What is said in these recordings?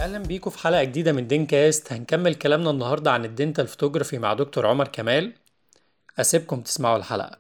اهلا بيكم في حلقة جديدة من دينكاست. هنكمل كلامنا النهاردة عن الدينتال فوتوغرافي مع دكتور عمر كمال. اسيبكم تسمعوا الحلقة.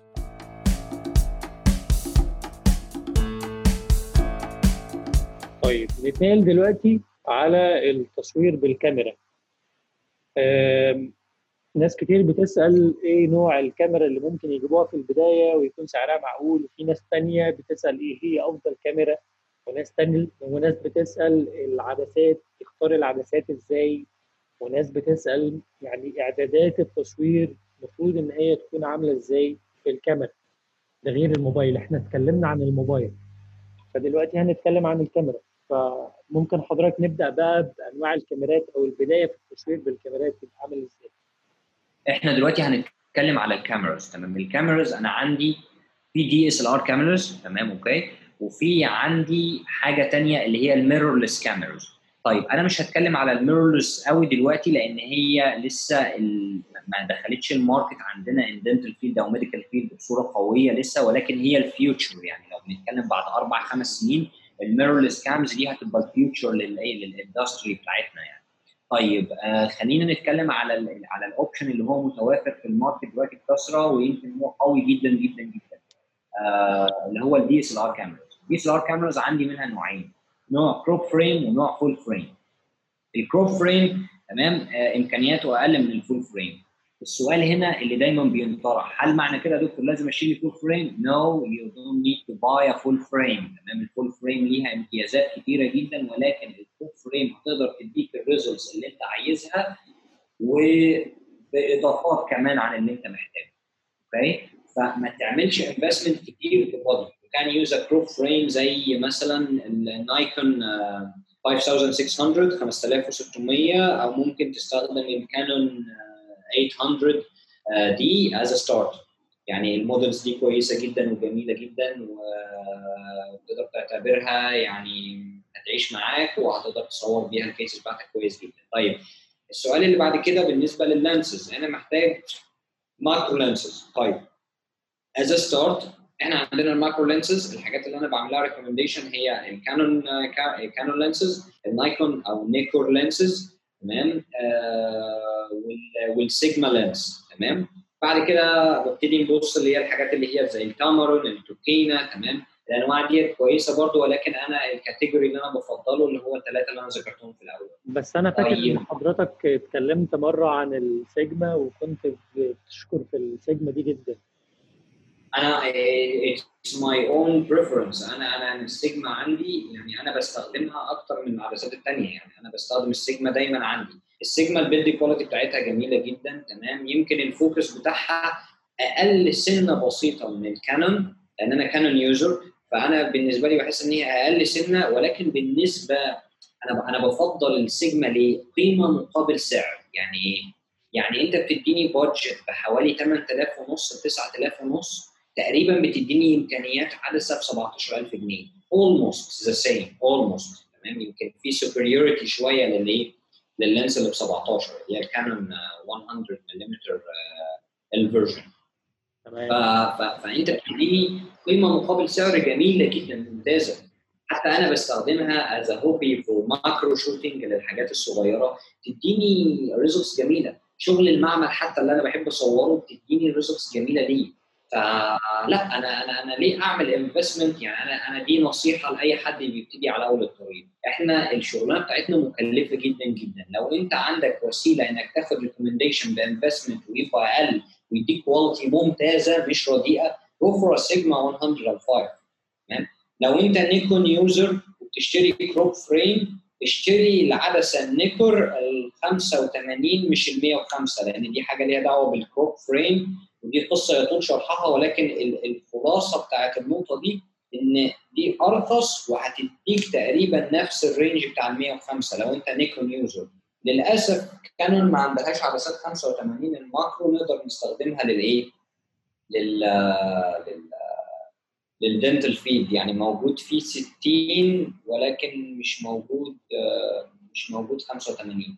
طيب نتنقل دلوقتي على التصوير بالكاميرا. آم، ناس كتير بتسأل ايه نوع الكاميرا اللي ممكن يجيبوها في البداية ويكون سعرها معقول، وفي ناس تانية بتسأل ايه هي افضل كاميرا، وناس بتسأل العدسات، تختار العدسات ازاي، وناس بتسأل يعني اعدادات التصوير المفروض ان هي تكون عاملة ازاي في الكاميرا. ده غير الموبايل، احنا اتكلمنا عن الموبايل، فدلوقتي هنتكلم عن الكاميرا. فممكن حضرتك نبدأ بقى بأنواع الكاميرات أو البداية في التصوير بالكاميرات تبقى عامل إزاي؟ احنا دلوقتي هنتكلم على الكاميراز. تمام، الكاميراز انا عندي في دي اس ال ار كاميراز. تمام، اوكي. وفي عندي حاجه تانية اللي هي الميرورلس كاميراز. طيب انا مش هتكلم على الميرورلس قوي دلوقتي لان هي لسه ما دخلتش الماركت عندنا ان دنتال فيلد او ميديكال فيلد بصوره قويه لسه، ولكن هي الفيوتشر. يعني لو بنتكلم بعد 4 5 سنين الميرورلس كامز دي هتبقى الفيوتشر للاندستري بتاعتنا يعني. طيب خلينا نتكلم على الاوبشن اللي هو متوافر في الماركت دلوقتي بكثره، ويمكن هو قوي جدا جدا جدا. اللي هو الدي اس ال ار كاميراز. الدي اس ال ار كاميراز عندي منها نوعين، نوع كروب فريم ونوع فول فريم. الكروب فريم تمام امكانياته اقل من الفول فريم. السؤال هنا اللي دايما بينطرح، هل معنى كده يا دكتور لازم اشيل فول فريم؟ نو، يو دونت نيد تو باي ا فول فريم. تمام، الفول فريم ليها امتيازات كثيره جدا، ولكن الفول فريم هتقدر تديك الريزلتس اللي انت عايزها وباضافات كمان عن اللي انت محتاجه. اوكي، فما تعملش انفستمنت كتير في بودي. كان يوز ا كروب فريم زي مثلا النايكون 5600 5600، او ممكن تستخدم الكانون 800 دي از ستارت. يعني المودلز دي كويسه جدا وجميله جدا، وتقدر تعتبرها يعني هتعيش معاك وهتقدر تصور بيها الكيسز بتاعتك كويس جدا. طيب السؤال اللي بعد كده بالنسبه لللانسز، انا محتاج ماكرو لانسز. طيب از ستارت احنا عندنا الماكرو لينسز. الحاجات اللي انا بعملها ريكومنديشن هي الكانون لينسز، النايكون او نيكور لينسز. تمام، والسيجما لينس. تمام، بعد كده ببتدي نبص اللي هي الحاجات اللي هي زي التامارون، التوكينا. تمام، الانواع دي كويسه برضو، ولكن انا الكاتيجوري اللي انا بفضله اللي هو الثلاثه اللي انا ذكرتهم في الاول. بس أنا فاكر إن طيب حضرتك اتكلمت مرة عن السيجما وكنت بتشكر في السيجما دي جدا. انا it's my own preference. انا السيجما عندي يعني انا بستخدمها اكتر من العدسات الثانيه. يعني انا بستخدم السيجما دايما عندي. السيجما البيلد كواليتي بتاعتها جميله جدا. تمام، يمكن الفوكس بتاعها اقل سنه بسيطه من الكانون لان انا كانون يوزر، فانا بالنسبه لي بحس ان هي اقل سنه. ولكن بالنسبه انا بفضل السيجما لقيمه مقابل سعر. يعني ايه؟ يعني انت بتديني بادجت بحوالي 8000 ونص ل 9000 ونص، تقريبا بتديني امكانيات عدسه ب 17000 جنيه. almost the same almost. تمام، يمكن في superiority شويه لللينس اللي ب 17 اللي هي الكانون 100 ملم الفيرجن. تمام. فانت بتديني قيمه مقابل سعر جميله جدا ممتازه. حتى انا بستخدمها از هوبي في ماكرو شوتنج للحاجات الصغيره، تديني ريزلتس جميله. شغل المعمل حتى اللي انا بحب اصوره بتديني ريزلتس جميله ليه. فلا انا ليه اعمل انفستمنت؟ يعني انا دي نصيحه لاي حد بيبتدي على اول الطريق. احنا الشغلانه بتاعتنا مكلفه جدا جدا. لو انت عندك وسيله انك تاخد ريكومنديشن بانفستمنت ويبقى اقل ويديك كواليتي ممتازه مش رديئه، جو فور سيجما 105. تمام، لو انت نيكون يوزر وبتشتري كروب فريم، اشتري العدسه النيكور ال 85 مش ال 105، لان دي حاجه ليها دعوه بالكروب فريم ودي قصه يطول شرحها. ولكن الخلاصه بتاعت النقطه دي ان دي ارخص وهتديك تقريبا نفس الرينج بتاع ال 105 لو انت نيكون يوزر. للاسف كانون ما عندهاش عدسات 85 الماكرو نقدر نستخدمها للايه؟ لل لل للدنتال فيد. يعني موجود فيه 60 ولكن مش موجود 85.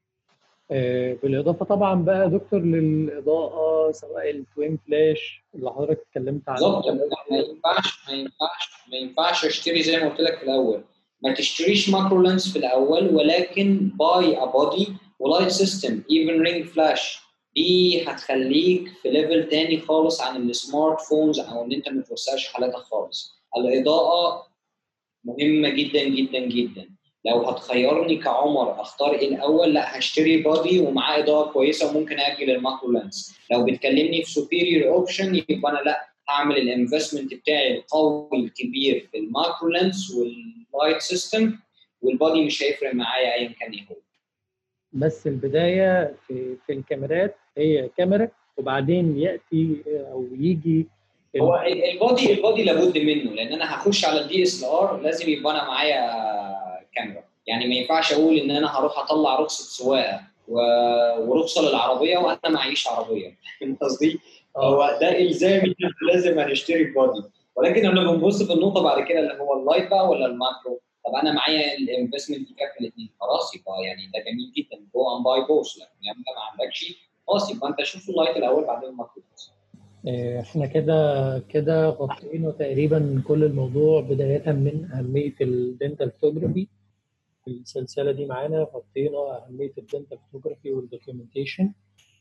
بالإضافة طبعا بقى يا دكتور للإضاءة، سواء التوين فلاش اللي حضرتك اتكلمت عنها بالظبط، ما دلوقتي. ينفعش ما ينفعش ما ينفعش اشتري زي ما قلت لك في الاول ما تشتريش ماكرو لينس في الاول، ولكن باي ا بودي ولايت سيستم ايفن رينج فلاش. دي هتخليك في ليفل تاني خالص عن السمارت فونز، او ان انت ما توسعش حالاتك خالص. الاضاءه مهمه جدا جدا جدا. لو هتخيرني كعمر اختار ايه الاول، لا هشتري بادي ومعاه اضاءه كويسه وممكن اجل الماكرو لينس. لو بتكلمني في سوبيريور اوبشن يبقى انا لا هعمل الانفستمنت بتاعي القوي الكبير في الماكرو لينس واللايت سيستم، والبادي مش هيفرق معايا ايا كان ايه هو. بس البدايه في الكاميرات هي كاميرا، وبعدين ياتي او يجي هو البادي لابد منه، لان انا هخش على الدي اس ال ار لازم يبقى انا معايا كاميرا. يعني ما ينفعش اقول ان انا هروح اطلع رخصه سواقه ورخصه للعربيه وانا معيش عربيه. فاهم قصدي؟ هو ده الزامي، لازم هنشتري بادي. ولكن احنا بنبص في النقطه بعد كده اللي هو اللايت بقى ولا الماكرو. طب انا معايا الانفستمنت يكفي الاثنين، خلاص يبقى يعني ده جميل جدا، جو ان باي بوث. لكن يعني انت ما عندكش، خلاص يبقى انت شوف اللايت الاول بعدين الماكرو. احنا كده غطينا تقريبا كل الموضوع، بداية من أهمية الدنتال فوتوجرافي. في السلسلة دي معانا غطينا أهمية الدنتال فوتوجرافي والدوكيومنتيشن،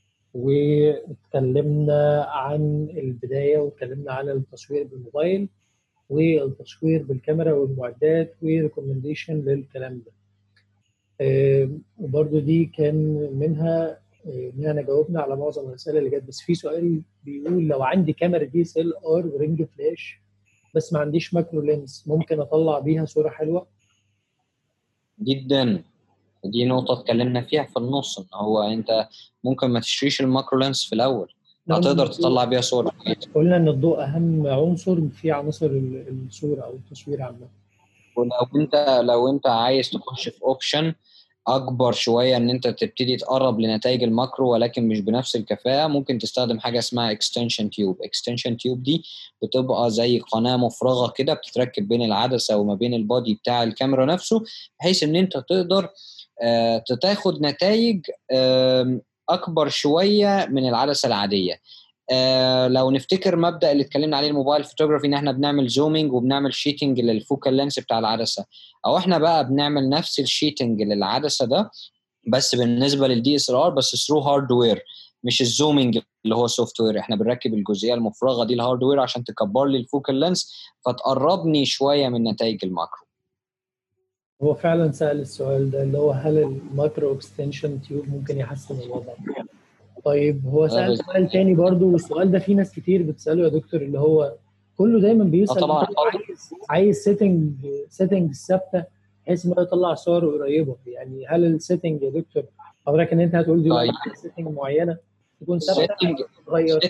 واتكلمنا عن البداية، واتكلمنا عن التصوير بالموبايل والتصوير بالكاميرا والمعدات وريكومنديشن للكلام ده. وبرضو دي كان منها ان احنا جاوبنا على معظم الاسئله اللي جت. بس في سؤال بيقول لو عندي كاميرا دي اس ال ار ورينج فلاش بس ما عنديش ماكرو لينس، ممكن اطلع بيها صوره حلوه؟ جدا. دي نقطة اتكلمنا فيها في النص، ان هو انت ممكن ما تشتريش الماكرو لينس في الاول، لو قلنا ان هتقدر الضوء تطلع بيها صور. قلنا ان الضوء اهم عنصر في عناصر الصوره او التصوير عامه. لو انت عايز تخش في اوبشن اكبر شويه، ان انت تبتدي تقرب لنتائج الماكرو ولكن مش بنفس الكفاءه، ممكن تستخدم حاجه اسمها اكستنشن تيوب. اكستنشن تيوب دي بتبقى زي قناه مفرغه كده بتتركب بين العدسه وما بين البادي بتاع الكاميرا نفسه، بحيث ان انت تقدر تاخد نتائج اكبر شويه من العدسه العاديه. لو نفتكر مبدأ اللي اتكلمنا عليه الموبايل فوتوغرافي، ان احنا بنعمل زومينج وبنعمل شيتنج للفوكال لينس بتاع العدسه، او احنا بقى بنعمل نفس الشيتنج للعدسه ده بس بالنسبه للدي اس ال ار بس ثرو هاردوير، مش الزومينج اللي هو سوفت وير. احنا بنركب الجزئيه المفرغه دي الهاردوير عشان تكبر لي الفوكال لينس فتقربني شويه من نتائج الماكرو. هو فعلا سأل السؤال ده اللي هو هل المايكرو اكستنشن تيوب ممكن يحسن الوضع؟ طيب هو سأل سؤال تاني برضو، والسؤال ده في ناس كتير بتسأله يا دكتور، اللي هو كله دايما بيسأل طبعا. عايز سيتنج ثابته بحيث انه يطلع صور قريبه. يعني هل السيتنج يا دكتور، حضرتك ان انت هتقول دلوقتي طيب سيتنج معينه تكون ثابته سيتنج ولا تتغير؟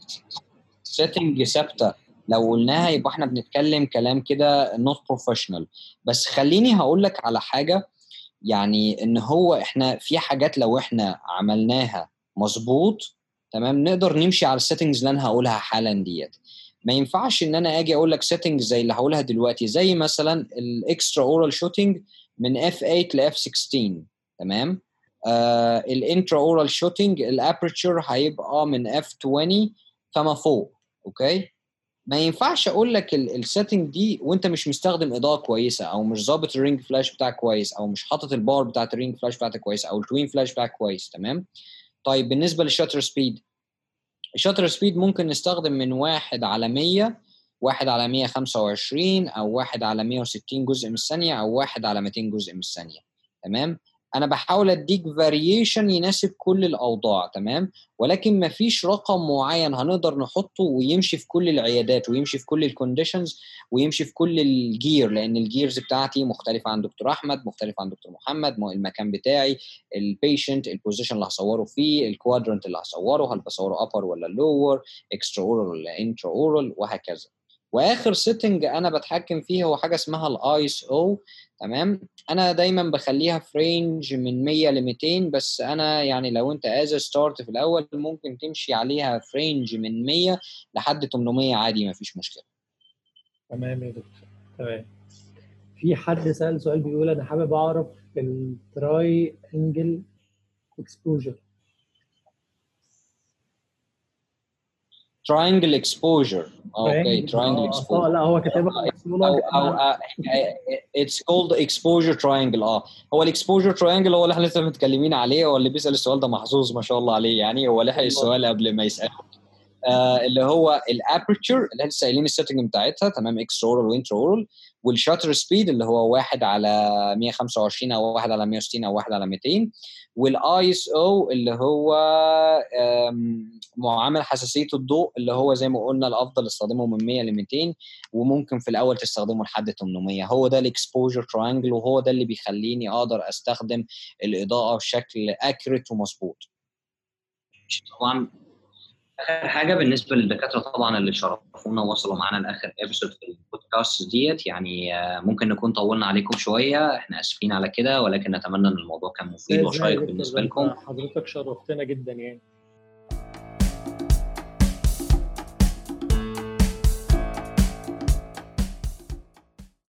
سيتنج ثابته لو قلناها يبقى احنا بنتكلم كلام كده نوت بروفيشنال. بس خليني هقول لك على حاجه، يعني ان هو احنا في حاجات لو احنا عملناها مظبوط تمام نقدر نمشي على السيتنجز اللي انا هقولها حالا ديت. ما ينفعش ان انا اجي اقول لك سيتنجز زي اللي هقولها دلوقتي، زي مثلا الاكسترا اورال شوتنج من اف 8 لاف 16 تمام. الانترا اورال شوتنج الابرتشر هيبقى من اف 20 فما فوق. اوكي. ما ينفعش اقول لك السيتنج دي وانت مش مستخدم اضاءه كويسه، او مش ظابط الرينج فلاش بتاعك كويس، او مش حاطط الباور بتاعت الرينج فلاش بتاعتك كويس، او التوين فلاش بتاعك كويس تمام. طيب بالنسبه للشاتر سبيد، الشاتر سبيد ممكن نستخدم من 1 على 100، 1 على 125، او 1 على 160 جزء من الثانيه، او 1 على 200 جزء من الثانيه تمام. انا بحاول اديك فاريشن يناسب كل الاوضاع تمام، ولكن ما فيش رقم معين هنقدر نحطه ويمشي في كل العيادات ويمشي في كل الكونديشنز ويمشي في كل الجير، لان الجيرز بتاعتي مختلفه عن دكتور احمد، مختلفه عن دكتور محمد، المكان بتاعي، البيشنت، البوزيشن اللي هصوره فيه، الكوادرنت اللي هصوره، هل بصوره ابر ولا لور، اكسترا اورال ولا انترا اورال، وهكذا. واخر سيتنج انا بتحكم فيه هو حاجه اسمها الايس او تمام. انا دايما بخليها في رينج من 100 ل 200، بس انا يعني لو انت از ستارت في الاول ممكن تمشي عليها في رينج من 100 لحد 800 عادي ما فيش مشكله. تمام يا دكتور، تمام. في حد سأل سؤال بيقول انا حابب اعرف التراي انجل اكسبوجر. triangle exposure. اوكي triangle exposure. لا هو كاتبها او it's called exposure triangle. هو الاكسبوجر تراينجل هو اللي احنا لسه متكلمين عليه. هو اللي بيسأل السؤال ده محظوظ ما شاء الله عليه، يعني هو لحق السؤال قبل ما يسأله. اللي هو الابرتشر اللي لسه قايلين السيتنج بتاعتها تمام، اكسترا اورال وانترا اورال، والشاتر سبيد اللي هو 1 على 125 او 1 على 160 او 1 على 200، والاي اس او اللي هو معامل حساسيه الضوء اللي هو زي ما قلنا الافضل استخدمه من 100 ل 200، وممكن في الاول تستخدمه لحد 800. هو ده الاكسبوجر تراينجل، وهو ده اللي بيخليني اقدر استخدم الاضاءه بشكل اكيوريت ومظبوط. طبعا اخر حاجه بالنسبه للدكاتره طبعا اللي شرفونا ووصلوا معانا لاخر ابيسود في البودكاست ديت، يعني ممكن نكون طولنا عليكم شويه، احنا اسفين على كده، ولكن نتمنى ان الموضوع كان مفيد وشيق بالنسبه لكم. حضرتك شرفتنا جدا يعني.